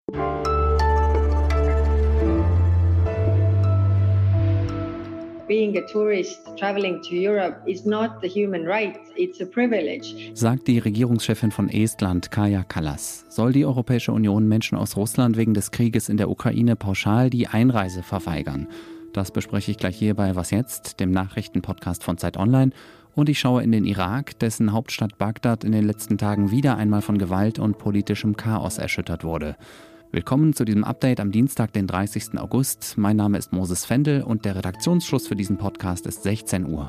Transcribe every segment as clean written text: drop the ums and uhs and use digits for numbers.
Being a tourist traveling to Europe is not a human right, it's a privilege. Sagt die Regierungschefin von Estland, Kaja Kallas. Soll die Europäische Union Menschen aus Russland wegen des Krieges in der Ukraine pauschal die Einreise verweigern? Das bespreche ich gleich hier bei Was jetzt?, dem Nachrichtenpodcast von Zeit Online. Und ich schaue in den Irak, dessen Hauptstadt Bagdad in den letzten Tagen wieder einmal von Gewalt und politischem Chaos erschüttert wurde. Willkommen zu diesem Update am Dienstag, den 30. August. Mein Name ist Moses Fendel und der Redaktionsschluss für diesen Podcast ist 16 Uhr.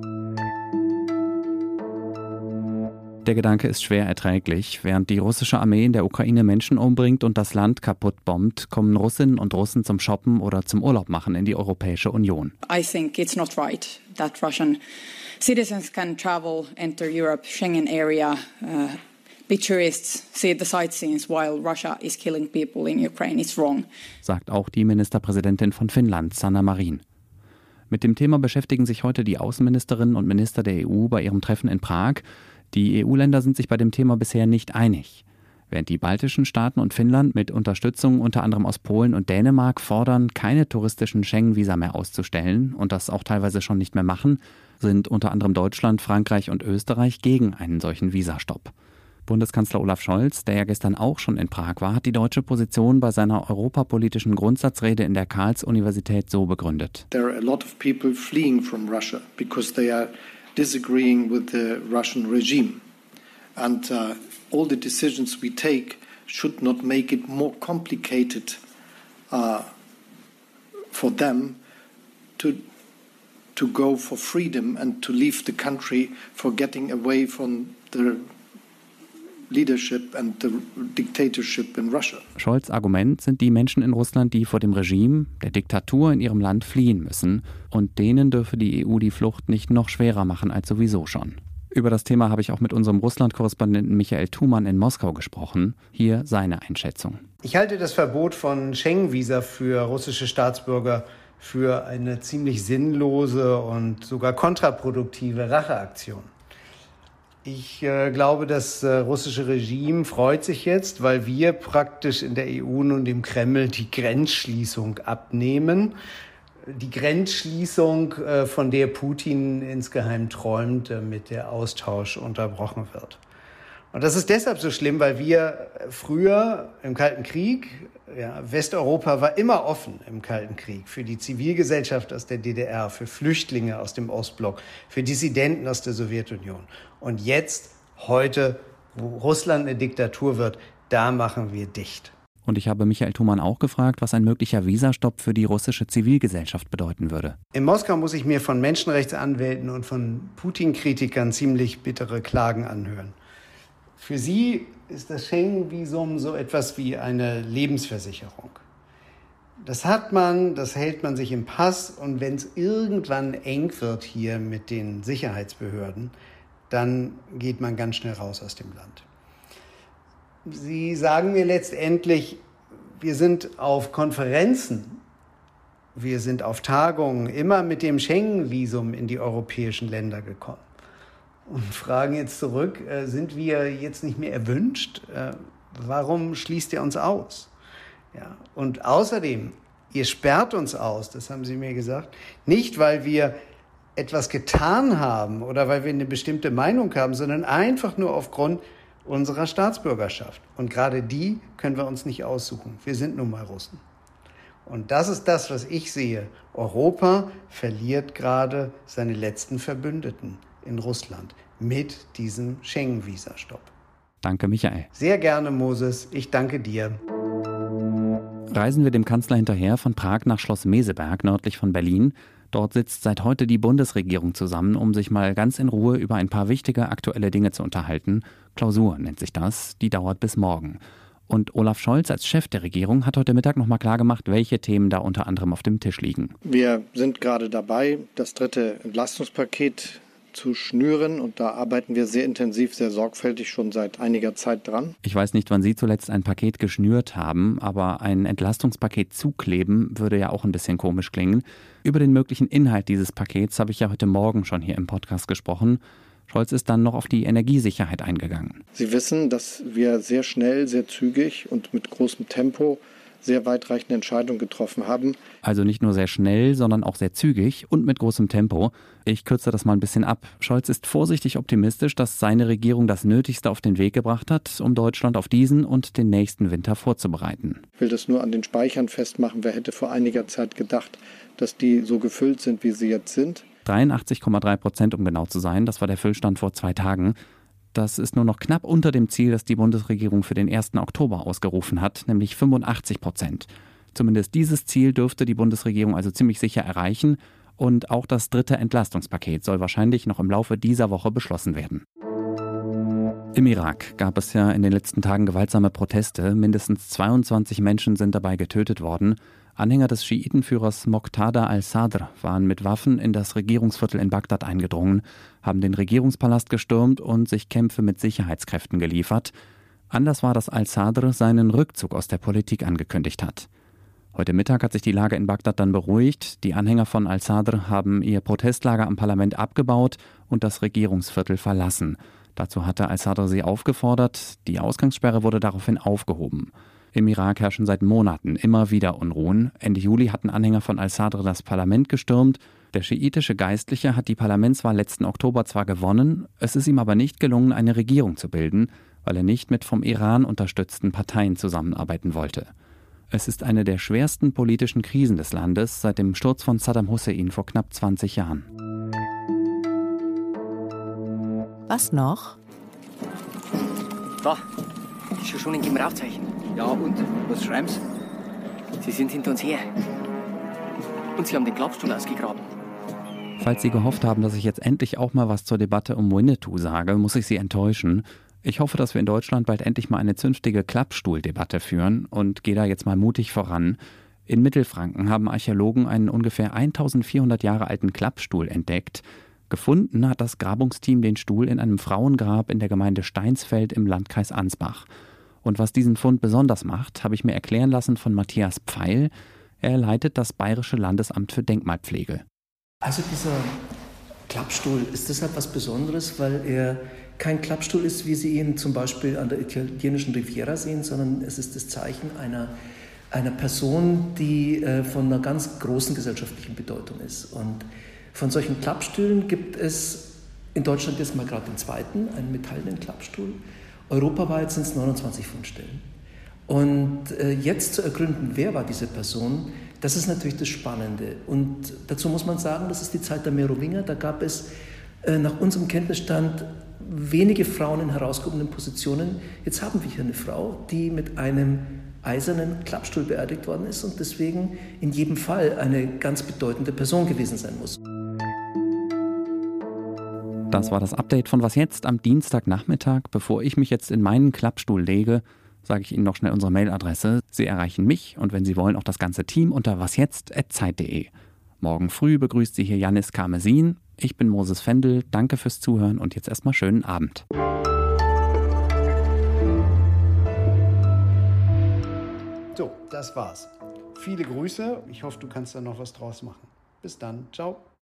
Der Gedanke ist schwer erträglich. Während die russische Armee in der Ukraine Menschen umbringt und das Land kaputt bombt, kommen Russinnen und Russen zum Shoppen oder zum Urlaub machen in die Europäische Union. I think it's not right that Russian citizens can travel, enter Europe, Schengen area, be tourists, see the sightseeings while Russia is killing people in Ukraine. It's wrong. Sagt auch die Ministerpräsidentin von Finnland, Sanna Marin. Mit dem Thema beschäftigen sich heute die Außenministerinnen und Minister der EU bei ihrem Treffen in Prag. Die EU-Länder sind sich bei dem Thema bisher nicht einig. Während die baltischen Staaten und Finnland mit Unterstützung unter anderem aus Polen und Dänemark fordern, keine touristischen Schengen-Visa mehr auszustellen und das auch teilweise schon nicht mehr machen, sind unter anderem Deutschland, Frankreich und Österreich gegen einen solchen Visastopp. Bundeskanzler Olaf Scholz, der ja gestern auch schon in Prag war, hat die deutsche Position bei seiner europapolitischen Grundsatzrede in der Karls-Universität so begründet. There are a lot of people fleeing from Russia because they are disagreeing with the Russian regime. And all the decisions we take should not make it more complicated for them to go for freedom and to leave the country for getting away from the leadership and the dictatorship in Russia. Scholz' Argument sind die Menschen in Russland, die vor dem Regime, der Diktatur in ihrem Land fliehen müssen. Und denen dürfe die EU die Flucht nicht noch schwerer machen als sowieso schon. Über das Thema habe ich auch mit unserem Russland-Korrespondenten Michael Thumann in Moskau gesprochen. Hier seine Einschätzung. Ich halte das Verbot von Schengen-Visa für russische Staatsbürger für eine ziemlich sinnlose und sogar kontraproduktive Racheaktion. Ich glaube, das russische Regime freut sich jetzt, weil wir praktisch in der EU nun dem Kreml die Grenzschließung abnehmen. Die Grenzschließung, von der Putin insgeheim träumt, damit der Austausch unterbrochen wird. Und das ist deshalb so schlimm, weil wir früher im Kalten Krieg, Westeuropa war immer offen im Kalten Krieg für die Zivilgesellschaft aus der DDR, für Flüchtlinge aus dem Ostblock, für Dissidenten aus der Sowjetunion. Und jetzt, heute, wo Russland eine Diktatur wird, da machen wir dicht. Und ich habe Michael Thumann auch gefragt, was ein möglicher Visastopp für die russische Zivilgesellschaft bedeuten würde. In Moskau muss ich mir von Menschenrechtsanwälten und von Putin-Kritikern ziemlich bittere Klagen anhören. Für sie ist das Schengen-Visum so etwas wie eine Lebensversicherung. Das hat man, das hält man sich im Pass und wenn es irgendwann eng wird hier mit den Sicherheitsbehörden, dann geht man ganz schnell raus aus dem Land. Sie sagen mir letztendlich, wir sind auf Konferenzen, wir sind auf Tagungen immer mit dem Schengen-Visum in die europäischen Länder gekommen. Und fragen jetzt zurück, sind wir jetzt nicht mehr erwünscht? Warum schließt ihr uns aus? Ja, und außerdem, ihr sperrt uns aus, das haben Sie mir gesagt, nicht weil wir etwas getan haben oder weil wir eine bestimmte Meinung haben, sondern einfach nur aufgrund unserer Staatsbürgerschaft. Und gerade die können wir uns nicht aussuchen. Wir sind nun mal Russen. Und das ist das, was ich sehe. Europa verliert gerade seine letzten Verbündeten in Russland mit diesem Schengen-Visa-Stopp. Danke, Michael. Sehr gerne, Moses. Ich danke dir. Reisen wir dem Kanzler hinterher von Prag nach Schloss Meseberg nördlich von Berlin. Dort sitzt seit heute die Bundesregierung zusammen, um sich mal ganz in Ruhe über ein paar wichtige aktuelle Dinge zu unterhalten. Klausur nennt sich das, die dauert bis morgen. Und Olaf Scholz als Chef der Regierung hat heute Mittag nochmal klargemacht, welche Themen da unter anderem auf dem Tisch liegen. Wir sind gerade dabei, das 3. Entlastungspaket zu schnüren und da arbeiten wir sehr intensiv, sehr sorgfältig schon seit einiger Zeit dran. Ich weiß nicht, wann Sie zuletzt ein Paket geschnürt haben, aber ein Entlastungspaket zukleben würde ja auch ein bisschen komisch klingen. Über den möglichen Inhalt dieses Pakets habe ich ja heute Morgen schon hier im Podcast gesprochen. Scholz ist dann noch auf die Energiesicherheit eingegangen. Sie wissen, dass wir sehr schnell, sehr zügig und mit großem Tempo sehr weitreichende Entscheidungen getroffen haben. Also nicht nur sehr schnell, sondern auch sehr zügig und mit großem Tempo. Ich kürze das mal ein bisschen ab. Scholz ist vorsichtig optimistisch, dass seine Regierung das Nötigste auf den Weg gebracht hat, um Deutschland auf diesen und den nächsten Winter vorzubereiten. Ich will das nur an den Speichern festmachen. Wer hätte vor einiger Zeit gedacht, dass die so gefüllt sind, wie sie jetzt sind? 83,3%, um genau zu sein. Das war der Füllstand vor 2 Tagen. Das ist nur noch knapp unter dem Ziel, das die Bundesregierung für den 1. Oktober ausgerufen hat, nämlich 85%. Zumindest dieses Ziel dürfte die Bundesregierung also ziemlich sicher erreichen. Und auch das 3. Entlastungspaket soll wahrscheinlich noch im Laufe dieser Woche beschlossen werden. Im Irak gab es ja in den letzten Tagen gewaltsame Proteste. Mindestens 22 Menschen sind dabei getötet worden. Anhänger des Schiitenführers Moqtada al-Sadr waren mit Waffen in das Regierungsviertel in Bagdad eingedrungen, haben den Regierungspalast gestürmt und sich Kämpfe mit Sicherheitskräften geliefert. Anders war, dass al-Sadr seinen Rückzug aus der Politik angekündigt hat. Heute Mittag hat sich die Lage in Bagdad dann beruhigt. Die Anhänger von al-Sadr haben ihr Protestlager am Parlament abgebaut und das Regierungsviertel verlassen. Dazu hatte al-Sadr sie aufgefordert. Die Ausgangssperre wurde daraufhin aufgehoben. Im Irak herrschen seit Monaten immer wieder Unruhen. Ende Juli hatten Anhänger von al-Sadr das Parlament gestürmt. Der schiitische Geistliche hat die Parlamentswahl letzten Oktober zwar gewonnen, es ist ihm aber nicht gelungen, eine Regierung zu bilden, weil er nicht mit vom Iran unterstützten Parteien zusammenarbeiten wollte. Es ist eine der schwersten politischen Krisen des Landes seit dem Sturz von Saddam Hussein vor knapp 20 Jahren. Was noch? Da, ist ja schon ein Gebrauchszeichen. Ja, und? Was schreiben Sie? Sie sind hinter uns her. Und Sie haben den Klappstuhl ausgegraben. Falls Sie gehofft haben, dass ich jetzt endlich auch mal was zur Debatte um Winnetou sage, muss ich Sie enttäuschen. Ich hoffe, dass wir in Deutschland bald endlich mal eine zünftige Klappstuhldebatte führen und gehe da jetzt mal mutig voran. In Mittelfranken haben Archäologen einen ungefähr 1400 Jahre alten Klappstuhl entdeckt. Gefunden hat das Grabungsteam den Stuhl in einem Frauengrab in der Gemeinde Steinsfeld im Landkreis Ansbach. Und was diesen Fund besonders macht, habe ich mir erklären lassen von Matthias Pfeil. Er leitet das Bayerische Landesamt für Denkmalpflege. Also dieser Klappstuhl ist deshalb was Besonderes, weil er kein Klappstuhl ist, wie Sie ihn zum Beispiel an der italienischen Riviera sehen, sondern es ist das Zeichen einer Person, die von einer ganz großen gesellschaftlichen Bedeutung ist. Und von solchen Klappstühlen gibt es in Deutschland jetzt mal gerade den zweiten, einen metallenen Klappstuhl. Europaweit sind es 29 Fundstellen. Und jetzt zu ergründen, wer war diese Person, das ist natürlich das Spannende. Und dazu muss man sagen, das ist die Zeit der Merowinger. Da gab es nach unserem Kenntnisstand wenige Frauen in herausgehobenen Positionen. Jetzt haben wir hier eine Frau, die mit einem eisernen Klappstuhl beerdigt worden ist und deswegen in jedem Fall eine ganz bedeutende Person gewesen sein muss. Das war das Update von Was Jetzt am Dienstagnachmittag. Bevor ich mich jetzt in meinen Klappstuhl lege, sage ich Ihnen noch schnell unsere Mailadresse. Sie erreichen mich und wenn Sie wollen auch das ganze Team unter wasjetzt@zeit.de. Morgen früh begrüßt Sie hier Janis Karmesin. Ich bin Moses Fendel. Danke fürs Zuhören und jetzt erstmal schönen Abend. So, das war's. Viele Grüße. Ich hoffe, du kannst da noch was draus machen. Bis dann. Ciao.